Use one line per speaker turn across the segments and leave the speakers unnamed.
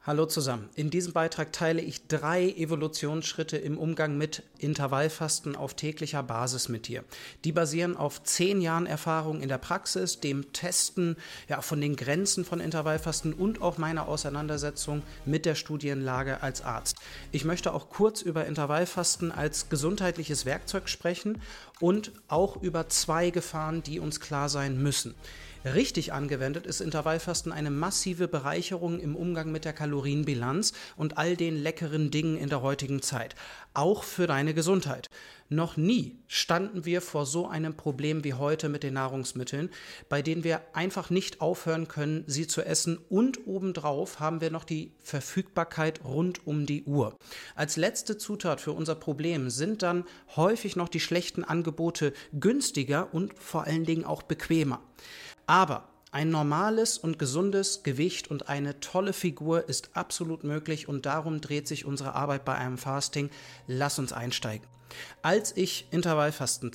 Hallo zusammen. In diesem Beitrag teile ich 3 Evolutionsschritte im Umgang mit Intervallfasten auf täglicher Basis mit dir. Die basieren auf 10 Jahren Erfahrung in der Praxis, dem Testen von den Grenzen von Intervallfasten und auch meiner Auseinandersetzung mit der Studienlage als Arzt. Ich möchte auch kurz über Intervallfasten als gesundheitliches Werkzeug sprechen und auch über 2 Gefahren, die uns klar sein müssen. Richtig angewendet ist Intervallfasten eine massive Bereicherung im Umgang mit der Kalorienbilanz und all den leckeren Dingen in der heutigen Zeit. Auch für deine Gesundheit. Noch nie standen wir vor so einem Problem wie heute mit den Nahrungsmitteln, bei denen wir einfach nicht aufhören können, sie zu essen, und obendrauf haben wir noch die Verfügbarkeit rund um die Uhr. Als letzte Zutat für unser Problem sind dann häufig noch die schlechten Angebote günstiger und vor allen Dingen auch bequemer. Aber ein normales und gesundes Gewicht und eine tolle Figur ist absolut möglich, und darum dreht sich unsere Arbeit bei einem Fasting. Lass uns einsteigen. Als ich Intervallfasten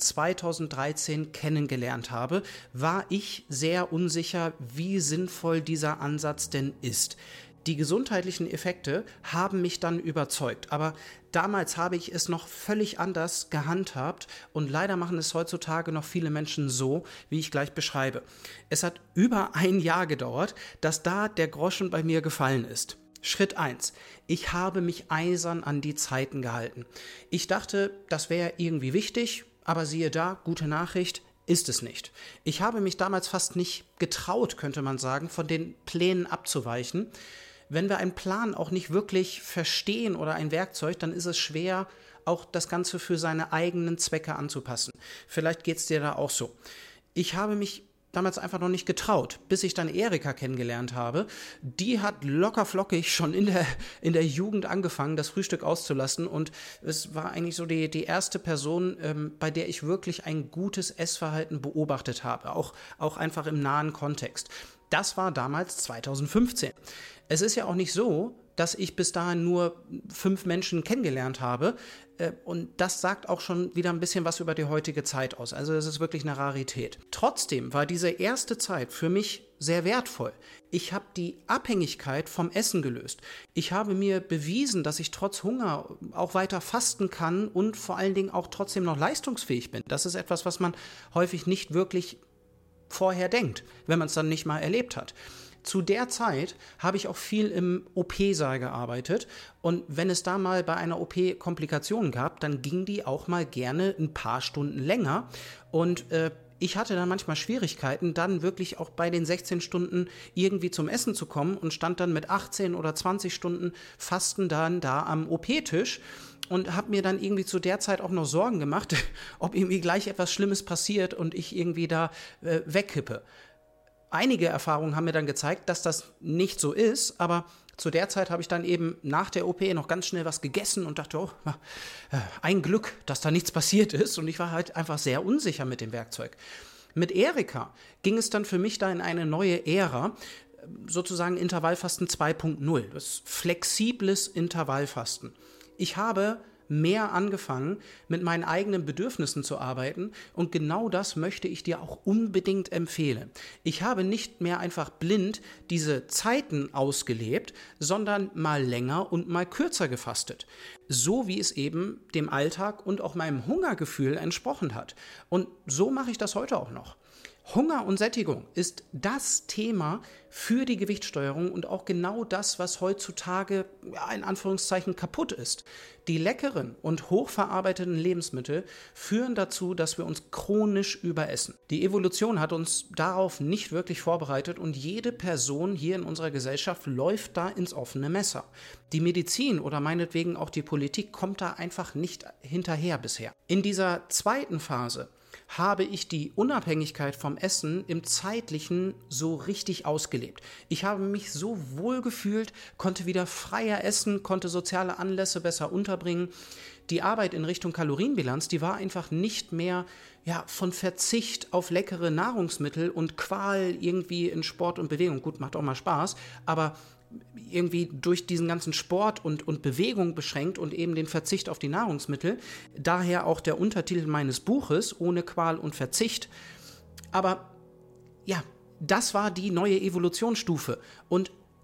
2013 kennengelernt habe, war ich sehr unsicher, wie sinnvoll dieser Ansatz denn ist. Die gesundheitlichen Effekte haben mich dann überzeugt, aber damals habe ich es noch völlig anders gehandhabt, und leider machen es heutzutage noch viele Menschen so, wie ich gleich beschreibe. Es hat über ein Jahr gedauert, dass da der Groschen bei mir gefallen ist. Schritt 1. Ich habe mich eisern an die Zeiten gehalten. Ich dachte, das wäre irgendwie wichtig, aber siehe da, gute Nachricht, ist es nicht. Ich habe mich damals fast nicht getraut, könnte man sagen, von den Plänen abzuweichen. Wenn wir einen Plan auch nicht wirklich verstehen oder ein Werkzeug, dann ist es schwer, auch das Ganze für seine eigenen Zwecke anzupassen. Vielleicht geht es dir da auch so. Ich habe mich damals einfach noch nicht getraut, bis ich dann Erika kennengelernt habe. Die hat locker flockig schon in der Jugend angefangen, das Frühstück auszulassen, und es war eigentlich so die erste Person, bei der ich wirklich ein gutes Essverhalten beobachtet habe, auch einfach im nahen Kontext. Das war damals 2015. Es ist ja auch nicht so, dass ich bis dahin nur 5 Menschen kennengelernt habe, und das sagt auch schon wieder ein bisschen was über die heutige Zeit aus. Also es ist wirklich eine Rarität. Trotzdem war diese erste Zeit für mich sehr wertvoll. Ich habe die Abhängigkeit vom Essen gelöst. Ich habe mir bewiesen, dass ich trotz Hunger auch weiter fasten kann und vor allen Dingen auch trotzdem noch leistungsfähig bin. Das ist etwas, was man häufig nicht wirklich vorher denkt, wenn man es dann nicht mal erlebt hat. Zu der Zeit habe ich auch viel im OP-Saal gearbeitet, und wenn es da mal bei einer OP Komplikationen gab, dann ging die auch mal gerne ein paar Stunden länger, und ich hatte dann manchmal Schwierigkeiten, dann wirklich auch bei den 16 Stunden irgendwie zum Essen zu kommen, und stand dann mit 18 oder 20 Stunden Fasten dann da am OP-Tisch. Und habe mir dann irgendwie zu der Zeit auch noch Sorgen gemacht, ob irgendwie gleich etwas Schlimmes passiert und ich irgendwie da wegkippe. Einige Erfahrungen haben mir dann gezeigt, dass das nicht so ist, aber zu der Zeit habe ich dann eben nach der OP noch ganz schnell was gegessen und dachte, ein Glück, dass da nichts passiert ist, und ich war halt einfach sehr unsicher mit dem Werkzeug. Mit Erika ging es dann für mich da in eine neue Ära, sozusagen Intervallfasten 2.0, das flexibles Intervallfasten. Ich habe mehr angefangen, mit meinen eigenen Bedürfnissen zu arbeiten, und genau das möchte ich dir auch unbedingt empfehlen. Ich habe nicht mehr einfach blind diese Zeiten ausgelebt, sondern mal länger und mal kürzer gefastet. So wie es eben dem Alltag und auch meinem Hungergefühl entsprochen hat. Und so mache ich das heute auch noch. Hunger und Sättigung ist das Thema für die Gewichtssteuerung und auch genau das, was heutzutage in Anführungszeichen kaputt ist. Die leckeren und hochverarbeiteten Lebensmittel führen dazu, dass wir uns chronisch überessen. Die Evolution hat uns darauf nicht wirklich vorbereitet, und jede Person hier in unserer Gesellschaft läuft da ins offene Messer. Die Medizin oder meinetwegen auch die Politik kommt da einfach nicht hinterher bisher. In dieser zweiten Phase habe ich die Unabhängigkeit vom Essen im Zeitlichen so richtig ausgelebt. Ich habe mich so wohl gefühlt, konnte wieder freier essen, konnte soziale Anlässe besser unterbringen. Die Arbeit in Richtung Kalorienbilanz, die war einfach nicht mehr von Verzicht auf leckere Nahrungsmittel und Qual irgendwie in Sport und Bewegung. Gut, macht auch mal Spaß, aber irgendwie durch diesen ganzen Sport und Bewegung beschränkt und eben den Verzicht auf die Nahrungsmittel. Daher auch der Untertitel meines Buches, Ohne Qual und Verzicht. Aber das war die neue Evolutionsstufe. Und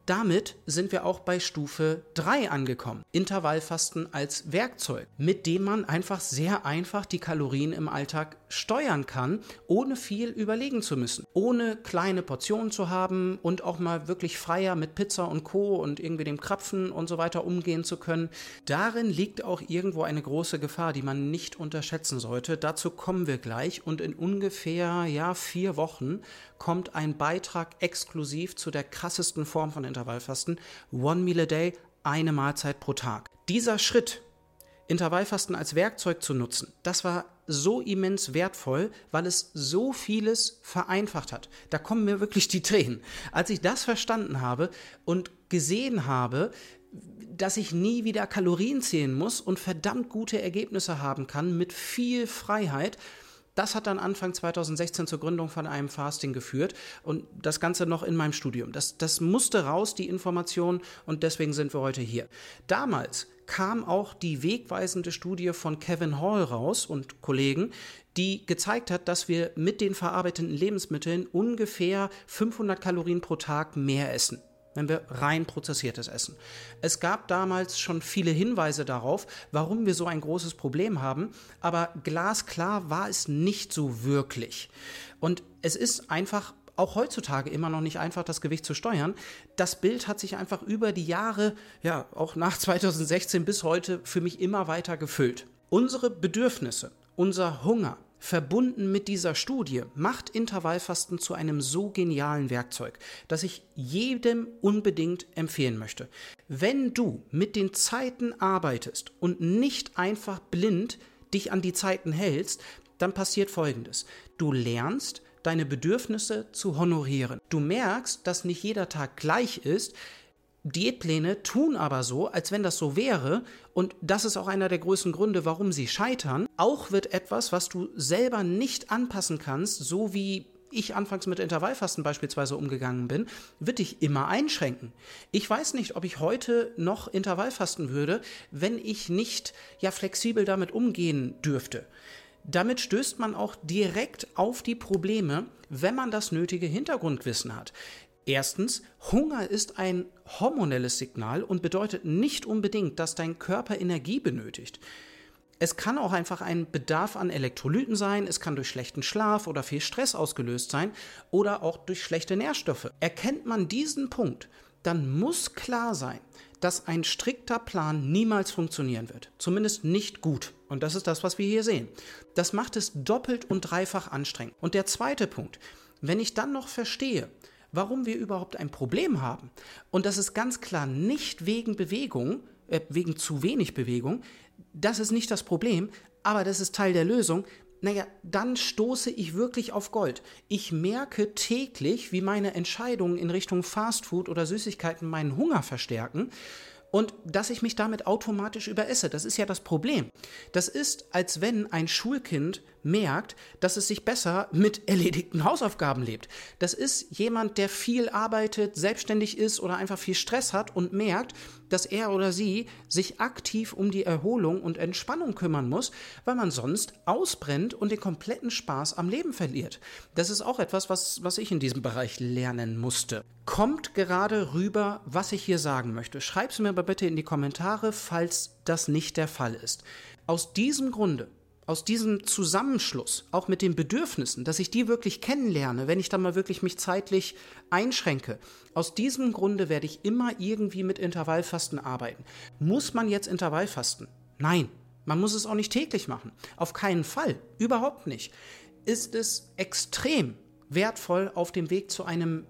Damit sind wir auch bei Stufe 3 angekommen. Intervallfasten als Werkzeug, mit dem man einfach sehr einfach die Kalorien im Alltag steuern kann, ohne viel überlegen zu müssen. Ohne kleine Portionen zu haben und auch mal wirklich freier mit Pizza und Co. und irgendwie dem Krapfen und so weiter umgehen zu können. Darin liegt auch irgendwo eine große Gefahr, die man nicht unterschätzen sollte. Dazu kommen wir gleich und in ungefähr 4 Wochen kommt ein Beitrag exklusiv zu der krassesten Form von Intervallfasten, One Meal a Day, eine Mahlzeit pro Tag. Dieser Schritt, Intervallfasten als Werkzeug zu nutzen, das war so immens wertvoll, weil es so vieles vereinfacht hat. Da kommen mir wirklich die Tränen. Als ich das verstanden habe und gesehen habe, dass ich nie wieder Kalorien zählen muss und verdammt gute Ergebnisse haben kann mit viel Freiheit, das hat dann Anfang 2016 zur Gründung von einem Fasting geführt und das Ganze noch in meinem Studium. Das musste raus, die Information, und deswegen sind wir heute hier. Damals kam auch die wegweisende Studie von Kevin Hall raus und Kollegen, die gezeigt hat, dass wir mit den verarbeiteten Lebensmitteln ungefähr 500 Kalorien pro Tag mehr essen, wenn wir rein prozessiertes essen. Es gab damals schon viele Hinweise darauf, warum wir so ein großes Problem haben, aber glasklar war es nicht so wirklich. Und es ist einfach auch heutzutage immer noch nicht einfach, das Gewicht zu steuern. Das Bild hat sich einfach über die Jahre, auch nach 2016 bis heute, für mich immer weiter gefüllt. Unsere Bedürfnisse, unser Hunger, verbunden mit dieser Studie, macht Intervallfasten zu einem so genialen Werkzeug, dass ich jedem unbedingt empfehlen möchte. Wenn du mit den Zeiten arbeitest und nicht einfach blind dich an die Zeiten hältst, dann passiert Folgendes. Du lernst, deine Bedürfnisse zu honorieren. Du merkst, dass nicht jeder Tag gleich ist. Diätpläne tun aber so, als wenn das so wäre, und das ist auch einer der größten Gründe, warum sie scheitern. Auch wird etwas, was du selber nicht anpassen kannst, so wie ich anfangs mit Intervallfasten beispielsweise umgegangen bin, wird dich immer einschränken. Ich weiß nicht, ob ich heute noch Intervallfasten würde, wenn ich nicht flexibel damit umgehen dürfte. Damit stößt man auch direkt auf die Probleme, wenn man das nötige Hintergrundwissen hat. Erstens, Hunger ist ein hormonelles Signal und bedeutet nicht unbedingt, dass dein Körper Energie benötigt. Es kann auch einfach ein Bedarf an Elektrolyten sein, es kann durch schlechten Schlaf oder viel Stress ausgelöst sein oder auch durch schlechte Nährstoffe. Erkennt man diesen Punkt, dann muss klar sein, dass ein strikter Plan niemals funktionieren wird. Zumindest nicht gut. Und das ist das, was wir hier sehen. Das macht es doppelt und dreifach anstrengend. Und der zweite Punkt, wenn ich dann noch verstehe, warum wir überhaupt ein Problem haben, und das ist ganz klar nicht wegen Bewegung, wegen zu wenig Bewegung, das ist nicht das Problem, aber das ist Teil der Lösung, dann stoße ich wirklich auf Gold. Ich merke täglich, wie meine Entscheidungen in Richtung Fastfood oder Süßigkeiten meinen Hunger verstärken und dass ich mich damit automatisch überesse. Das ist ja das Problem. Das ist, als wenn ein Schulkind merkt, dass es sich besser mit erledigten Hausaufgaben lebt. Das ist jemand, der viel arbeitet, selbstständig ist oder einfach viel Stress hat und merkt, dass er oder sie sich aktiv um die Erholung und Entspannung kümmern muss, weil man sonst ausbrennt und den kompletten Spaß am Leben verliert. Das ist auch etwas, was ich in diesem Bereich lernen musste. Kommt gerade rüber, was ich hier sagen möchte? Schreib es mir aber bitte in die Kommentare, falls das nicht der Fall ist. Aus diesem Grunde, aus diesem Zusammenschluss, auch mit den Bedürfnissen, dass ich die wirklich kennenlerne, wenn ich dann mal wirklich mich zeitlich einschränke, aus diesem Grunde werde ich immer irgendwie mit Intervallfasten arbeiten. Muss man jetzt Intervallfasten? Nein, man muss es auch nicht täglich machen. Auf keinen Fall, überhaupt nicht. Ist es extrem wertvoll auf dem Weg zu einem,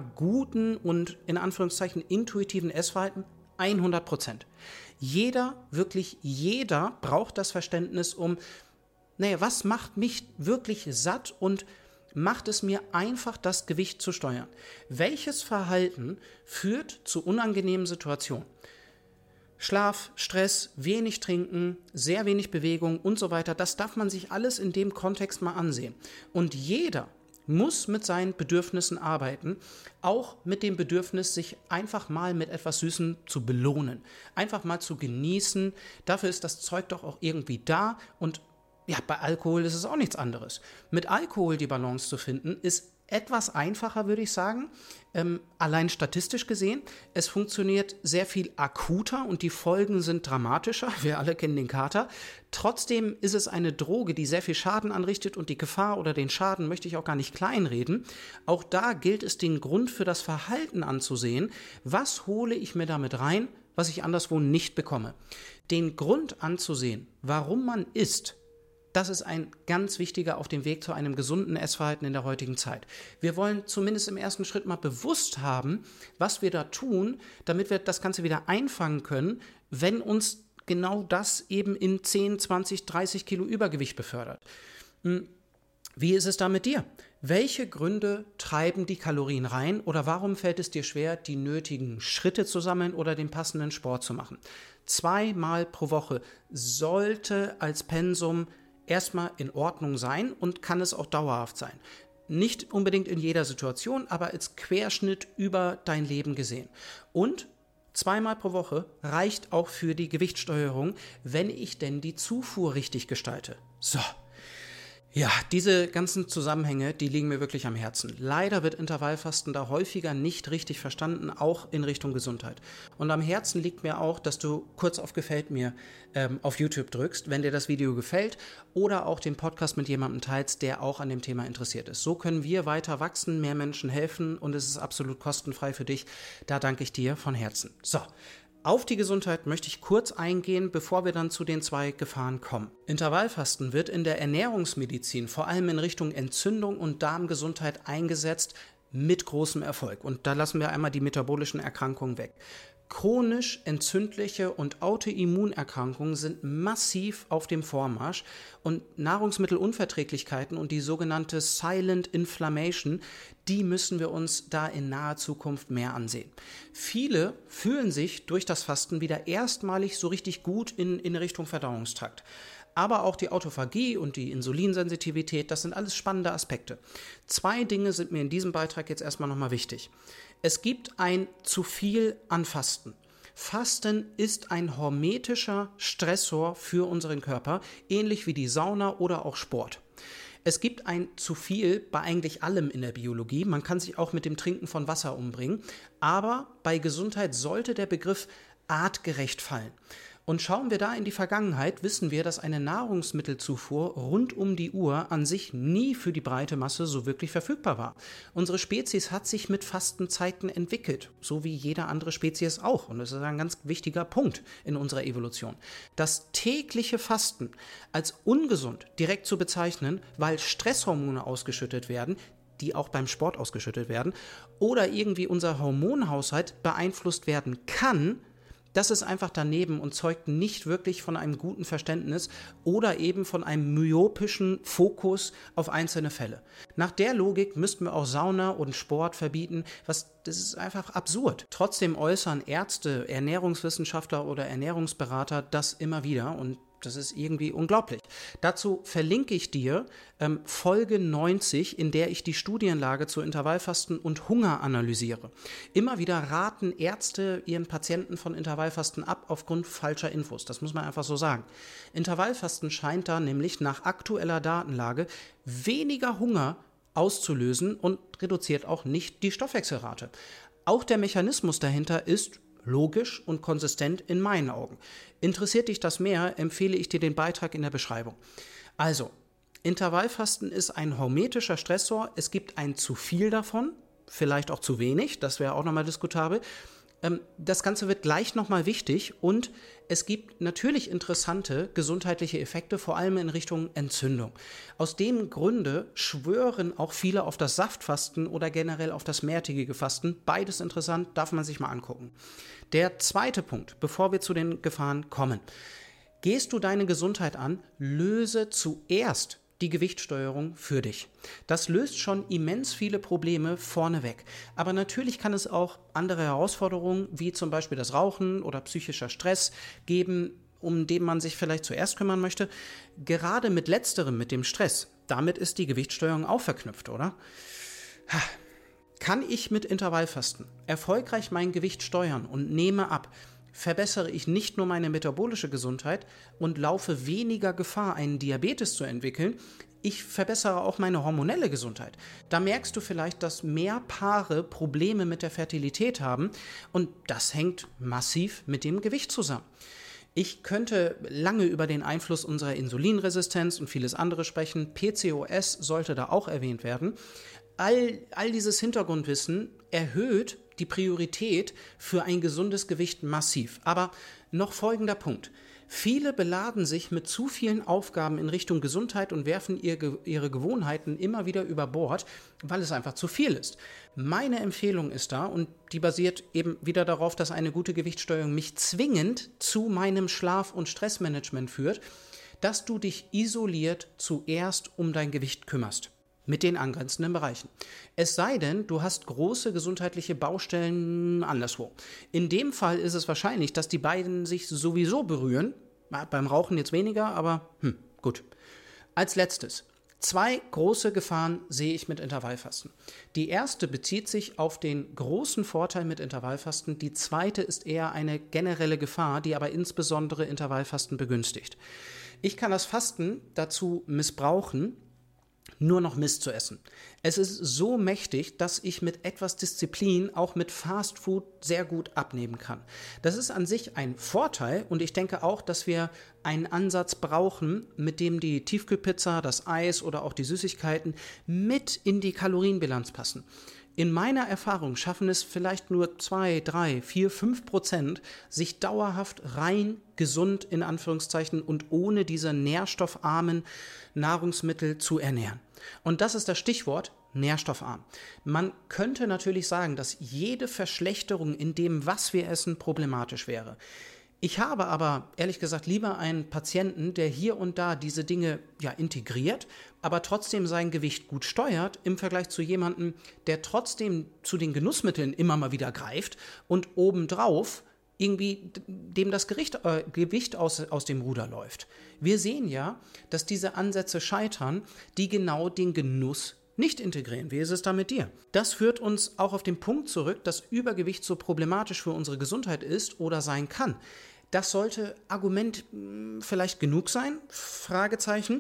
guten und in Anführungszeichen intuitiven Essverhalten? 100%. Wirklich jeder braucht das Verständnis was macht mich wirklich satt und macht es mir einfach, das Gewicht zu steuern? Welches Verhalten führt zu unangenehmen Situationen? Schlaf, Stress, wenig trinken, sehr wenig Bewegung und so weiter, das darf man sich alles in dem Kontext mal ansehen. Und jeder muss mit seinen Bedürfnissen arbeiten, auch mit dem Bedürfnis, sich einfach mal mit etwas Süßem zu belohnen, einfach mal zu genießen. Dafür ist das Zeug doch auch irgendwie da und bei Alkohol ist es auch nichts anderes. Mit Alkohol die Balance zu finden, ist etwas einfacher, würde ich sagen, allein statistisch gesehen. Es funktioniert sehr viel akuter und die Folgen sind dramatischer. Wir alle kennen den Kater. Trotzdem ist es eine Droge, die sehr viel Schaden anrichtet und die Gefahr oder den Schaden möchte ich auch gar nicht kleinreden. Auch da gilt es, den Grund für das Verhalten anzusehen. Was hole ich mir damit rein, was ich anderswo nicht bekomme? Den Grund anzusehen, warum man isst, das ist ein ganz wichtiger auf dem Weg zu einem gesunden Essverhalten in der heutigen Zeit. Wir wollen zumindest im ersten Schritt mal bewusst haben, was wir da tun, damit wir das Ganze wieder einfangen können, wenn uns genau das eben in 10, 20, 30 Kilo Übergewicht befördert. Wie ist es da mit dir? Welche Gründe treiben die Kalorien rein oder warum fällt es dir schwer, die nötigen Schritte zu sammeln oder den passenden Sport zu machen? 2-mal pro Woche sollte als Pensum erstmal in Ordnung sein und kann es auch dauerhaft sein. Nicht unbedingt in jeder Situation, aber als Querschnitt über dein Leben gesehen. Und 2-mal pro Woche reicht auch für die Gewichtssteuerung, wenn ich denn die Zufuhr richtig gestalte. So. Ja, diese ganzen Zusammenhänge, die liegen mir wirklich am Herzen. Leider wird Intervallfasten da häufiger nicht richtig verstanden, auch in Richtung Gesundheit. Und am Herzen liegt mir auch, dass du kurz auf Gefällt mir auf YouTube drückst, wenn dir das Video gefällt oder auch den Podcast mit jemandem teilst, der auch an dem Thema interessiert ist. So können wir weiter wachsen, mehr Menschen helfen und es ist absolut kostenfrei für dich. Da danke ich dir von Herzen. So. Auf die Gesundheit möchte ich kurz eingehen, bevor wir dann zu den 2 Gefahren kommen. Intervallfasten wird in der Ernährungsmedizin vor allem in Richtung Entzündung und Darmgesundheit eingesetzt mit großem Erfolg. Und da lassen wir einmal die metabolischen Erkrankungen weg. Chronisch entzündliche und Autoimmunerkrankungen sind massiv auf dem Vormarsch und Nahrungsmittelunverträglichkeiten und die sogenannte Silent Inflammation, die müssen wir uns da in naher Zukunft mehr ansehen. Viele fühlen sich durch das Fasten wieder erstmalig so richtig gut in Richtung Verdauungstrakt. Aber auch die Autophagie und die Insulinsensitivität, das sind alles spannende Aspekte. 2 Dinge sind mir in diesem Beitrag jetzt erstmal nochmal wichtig. Es gibt ein zu viel an Fasten. Fasten ist ein hormetischer Stressor für unseren Körper, ähnlich wie die Sauna oder auch Sport. Es gibt ein zu viel bei eigentlich allem in der Biologie. Man kann sich auch mit dem Trinken von Wasser umbringen. Aber bei Gesundheit sollte der Begriff artgerecht fallen. Und schauen wir da in die Vergangenheit, wissen wir, dass eine Nahrungsmittelzufuhr rund um die Uhr an sich nie für die breite Masse so wirklich verfügbar war. Unsere Spezies hat sich mit Fastenzeiten entwickelt, so wie jede andere Spezies auch. Und das ist ein ganz wichtiger Punkt in unserer Evolution. Das tägliche Fasten als ungesund direkt zu bezeichnen, weil Stresshormone ausgeschüttet werden, die auch beim Sport ausgeschüttet werden, oder irgendwie unser Hormonhaushalt beeinflusst werden kann, das ist einfach daneben und zeugt nicht wirklich von einem guten Verständnis oder eben von einem myopischen Fokus auf einzelne Fälle. Nach der Logik müssten wir auch Sauna und Sport verbieten, das ist einfach absurd. Trotzdem äußern Ärzte, Ernährungswissenschaftler oder Ernährungsberater das immer wieder und das ist irgendwie unglaublich. Dazu verlinke ich dir Folge 90, in der ich die Studienlage zu Intervallfasten und Hunger analysiere. Immer wieder raten Ärzte ihren Patienten von Intervallfasten ab aufgrund falscher Infos. Das muss man einfach so sagen. Intervallfasten scheint da nämlich nach aktueller Datenlage weniger Hunger auszulösen und reduziert auch nicht die Stoffwechselrate. Auch der Mechanismus dahinter ist logisch und konsistent in meinen Augen. Interessiert dich das mehr, empfehle ich dir den Beitrag in der Beschreibung. Also, Intervallfasten ist ein hormetischer Stressor. Es gibt ein zu viel davon, vielleicht auch zu wenig, das wäre auch nochmal diskutabel. Das Ganze wird gleich nochmal wichtig und es gibt natürlich interessante gesundheitliche Effekte, vor allem in Richtung Entzündung. Aus dem Grunde schwören auch viele auf das Saftfasten oder generell auf das mehrtägige Fasten. Beides interessant, darf man sich mal angucken. Der 2. Punkt, bevor wir zu den Gefahren kommen. Gehst du deine Gesundheit an, löse zuerst die Gewichtssteuerung für dich. Das löst schon immens viele Probleme vorneweg. Aber natürlich kann es auch andere Herausforderungen, wie zum Beispiel das Rauchen oder psychischer Stress geben, um den man sich vielleicht zuerst kümmern möchte. Gerade mit letzterem, mit dem Stress, damit ist die Gewichtssteuerung auch verknüpft, oder? Kann ich mit Intervallfasten erfolgreich mein Gewicht steuern und nehme ab? verbessere ich nicht nur meine metabolische Gesundheit und laufe weniger Gefahr, einen Diabetes zu entwickeln, ich verbessere auch meine hormonelle Gesundheit. Da merkst du vielleicht, dass mehr Paare Probleme mit der Fertilität haben und das hängt massiv mit dem Gewicht zusammen. Ich könnte lange über den Einfluss unserer Insulinresistenz und vieles andere sprechen. PCOS sollte da auch erwähnt werden. All dieses Hintergrundwissen erhöht die Priorität für ein gesundes Gewicht massiv. Aber noch folgender Punkt. Viele beladen sich mit zu vielen Aufgaben in Richtung Gesundheit und werfen ihre Gewohnheiten immer wieder über Bord, weil es einfach zu viel ist. Meine Empfehlung ist da, und die basiert eben wieder darauf, dass eine gute Gewichtssteuerung mich zwingend zu meinem Schlaf- und Stressmanagement führt, dass du dich isoliert zuerst um dein Gewicht kümmerst. Mit den angrenzenden Bereichen. Es sei denn, du hast große gesundheitliche Baustellen anderswo. In dem Fall ist es wahrscheinlich, dass die beiden sich sowieso berühren. Beim Rauchen jetzt weniger, aber gut. Als letztes. 2 große Gefahren sehe ich mit Intervallfasten. Die erste bezieht sich auf den großen Vorteil mit Intervallfasten. Die zweite ist eher eine generelle Gefahr, die aber insbesondere Intervallfasten begünstigt. Ich kann das Fasten dazu missbrauchen, nur noch Mist zu essen. Es ist so mächtig, dass ich mit etwas Disziplin auch mit Fast Food sehr gut abnehmen kann. Das ist an sich ein Vorteil und ich denke auch, dass wir einen Ansatz brauchen, mit dem die Tiefkühlpizza, das Eis oder auch die Süßigkeiten mit in die Kalorienbilanz passen. In meiner Erfahrung schaffen es vielleicht nur 2, 3, 4, 5%, sich dauerhaft rein gesund in Anführungszeichen und ohne diese nährstoffarmen Nahrungsmittel zu ernähren. Und das ist das Stichwort nährstoffarm. Man könnte natürlich sagen, dass jede Verschlechterung in dem, was wir essen, problematisch wäre. Ich habe aber, ehrlich gesagt, lieber einen Patienten, der hier und da diese Dinge integriert, aber trotzdem sein Gewicht gut steuert, im Vergleich zu jemandem, der trotzdem zu den Genussmitteln immer mal wieder greift und obendrauf irgendwie dem das Gewicht aus dem Ruder läuft. Wir sehen ja, dass diese Ansätze scheitern, die genau den Genuss nicht integrieren. Wie ist es da mit dir? Das führt uns auch auf den Punkt zurück, dass Übergewicht so problematisch für unsere Gesundheit ist oder sein kann. Das sollte Argument vielleicht genug sein? Fragezeichen.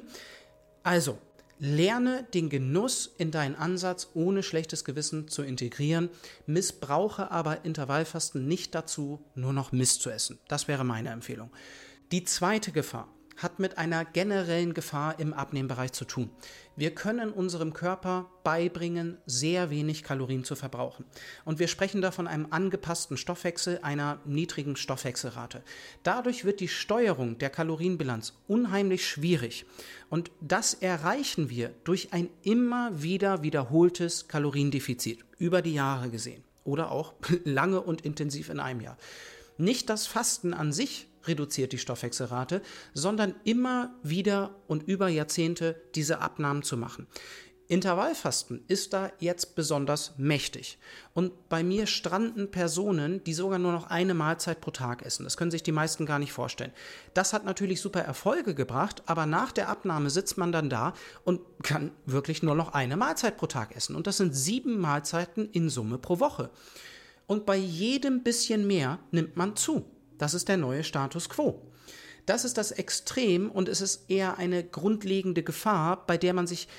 Also, lerne den Genuss in deinen Ansatz ohne schlechtes Gewissen zu integrieren, missbrauche aber Intervallfasten nicht dazu, nur noch Mist zu essen. Das wäre meine Empfehlung. Die zweite Gefahr hat mit einer generellen Gefahr im Abnehmbereich zu tun. Wir können unserem Körper beibringen, sehr wenig Kalorien zu verbrauchen. Und wir sprechen da von einem angepassten Stoffwechsel, einer niedrigen Stoffwechselrate. Dadurch wird die Steuerung der Kalorienbilanz unheimlich schwierig. Und das erreichen wir durch ein immer wieder wiederholtes Kaloriendefizit, über die Jahre gesehen. Oder auch lange und intensiv in einem Jahr. Nicht das Fasten an sich reduziert die Stoffwechselrate, sondern immer wieder und über Jahrzehnte diese Abnahmen zu machen. Intervallfasten ist da jetzt besonders mächtig. Und bei mir stranden Personen, die sogar nur noch eine Mahlzeit pro Tag essen. Das können sich die meisten gar nicht vorstellen. Das hat natürlich super Erfolge gebracht, aber nach der Abnahme sitzt man dann da und kann wirklich nur noch eine Mahlzeit pro Tag essen. Und das sind 7 Mahlzeiten in Summe pro Woche. Und bei jedem bisschen mehr nimmt man zu. Das ist der neue Status quo. Das ist das Extrem und es ist eher eine grundlegende Gefahr, bei der man sich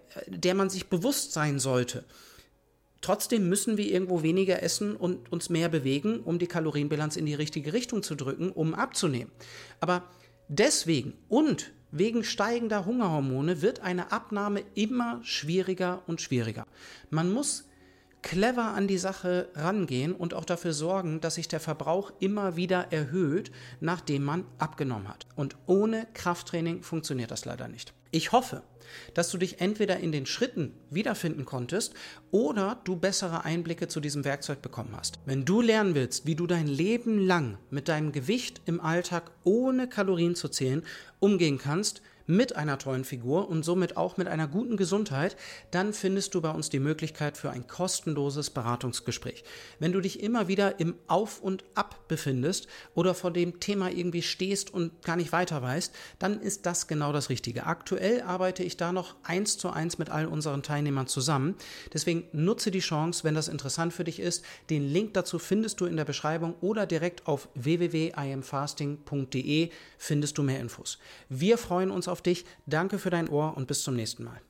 bewusst sein sollte. Trotzdem müssen wir irgendwo weniger essen und uns mehr bewegen, um die Kalorienbilanz in die richtige Richtung zu drücken, um abzunehmen. Aber deswegen und wegen steigender Hungerhormone wird eine Abnahme immer schwieriger und schwieriger. Man muss clever an die Sache rangehen und auch dafür sorgen, dass sich der Verbrauch immer wieder erhöht, nachdem man abgenommen hat. Und ohne Krafttraining funktioniert das leider nicht. Ich hoffe, dass du dich entweder in den Schritten wiederfinden konntest oder du bessere Einblicke zu diesem Werkzeug bekommen hast. Wenn du lernen willst, wie du dein Leben lang mit deinem Gewicht im Alltag ohne Kalorien zu zählen umgehen kannst, mit einer tollen Figur und somit auch mit einer guten Gesundheit, dann findest du bei uns die Möglichkeit für ein kostenloses Beratungsgespräch. Wenn du dich immer wieder im Auf und Ab befindest oder vor dem Thema irgendwie stehst und gar nicht weiter weißt, dann ist das genau das Richtige. Aktuell arbeite ich da noch 1:1 mit all unseren Teilnehmern zusammen. Deswegen nutze die Chance, wenn das interessant für dich ist. Den Link dazu findest du in der Beschreibung oder direkt auf www.iamfasting.de findest du mehr Infos. Wir freuen uns auf dich. Danke für dein Ohr und bis zum nächsten Mal.